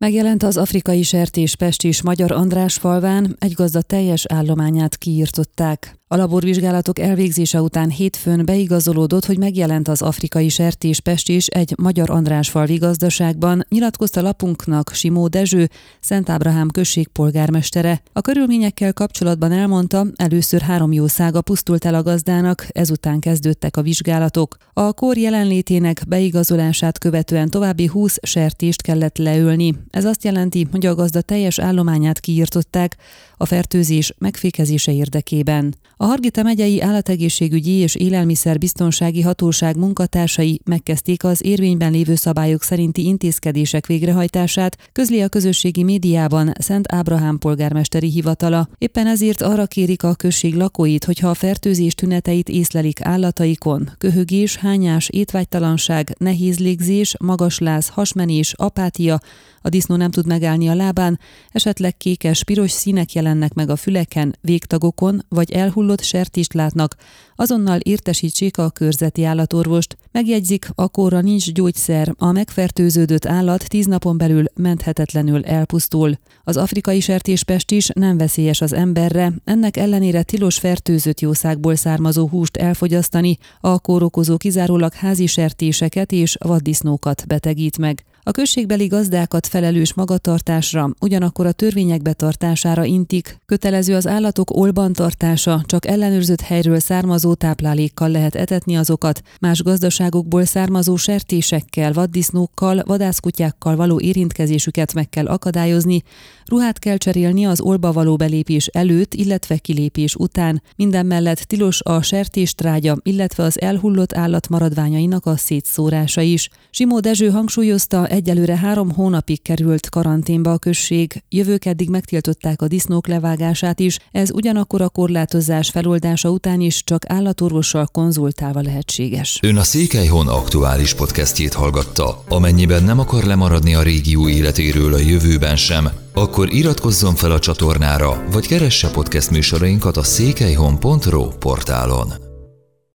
Megjelent az afrikai sertéspest is Magyar-Andrásfalván, egy gazda teljes állományát kiirtották. A laborvizsgálatok elvégzése után hétfőn beigazolódott, hogy megjelent az afrikai sertéspest is egy Magyar-Andrásfalvi gazdaságban, nyilatkozta lapunknak Simó Dezső, Szent Ábrahám község polgármestere. A körülményekkel kapcsolatban elmondta, először 3 jószága pusztult el a gazdának, ezután kezdődtek a vizsgálatok. A kór jelenlétének beigazolását követően további 20 sertést kellett leölni. Ez azt jelenti, hogy a gazda teljes állományát kiirtották a fertőzés megfékezése érdekében. A Hargita megyei állategészségügyi és élelmiszerbiztonsági hatóság munkatársai megkezdték az érvényben lévő szabályok szerinti intézkedések végrehajtását, közli a közösségi médiában Szent Ábrahám polgármesteri hivatala. Éppen ezért arra kérik a község lakóit, hogyha a fertőzés tüneteit észlelik állataikon, köhögés, hányás, étvágytalanság, nehéz légzés, magasláz, hasmenés, apátia, a disznó nem tud megállni a lábán, esetleg kékes, piros színek jelennek meg a füleken, végtagokon, vagy elhullott sertést látnak, azonnal értesítsék a körzeti állatorvost. Megjegyzik, a kórra nincs gyógyszer, a megfertőződött állat 10 napon belül menthetetlenül elpusztul. Az afrikai sertéspest is nem veszélyes az emberre, ennek ellenére tilos fertőzött jószágból származó húst elfogyasztani, a kór okozó kizárólag házi sertéseket és vaddisznókat betegít meg. A községbeli gazdákat felelős magatartásra, ugyanakkor a törvények betartására intik, kötelező az állatok olban tartása, csak ellenőrzött helyről származó táplálékkal lehet etetni azokat, más gazdaságokból származó sertésekkel, vaddisznókkal, vadászkutyákkal való érintkezésüket meg kell akadályozni, ruhát kell cserélni az olba való belépés előtt, illetve kilépés után, minden mellett tilos a sertéstrágya, illetve az elhullott állat maradványainak a szétszórása is. Simó Dezső hangsúlyozta, egyelőre 3 hónapig került karanténba a község, jövőkeddig megtiltották a disznók levágását is, ez ugyanakkor a korlátozás feloldása után is csak állatorvossal konzultálva lehetséges. Ön a Székelyhon aktuális podcastjét hallgatta. Amennyiben nem akar lemaradni a régió életéről a jövőben sem, akkor iratkozzon fel a csatornára, vagy keresse podcast műsorainkat a székelyhon.ro portálon.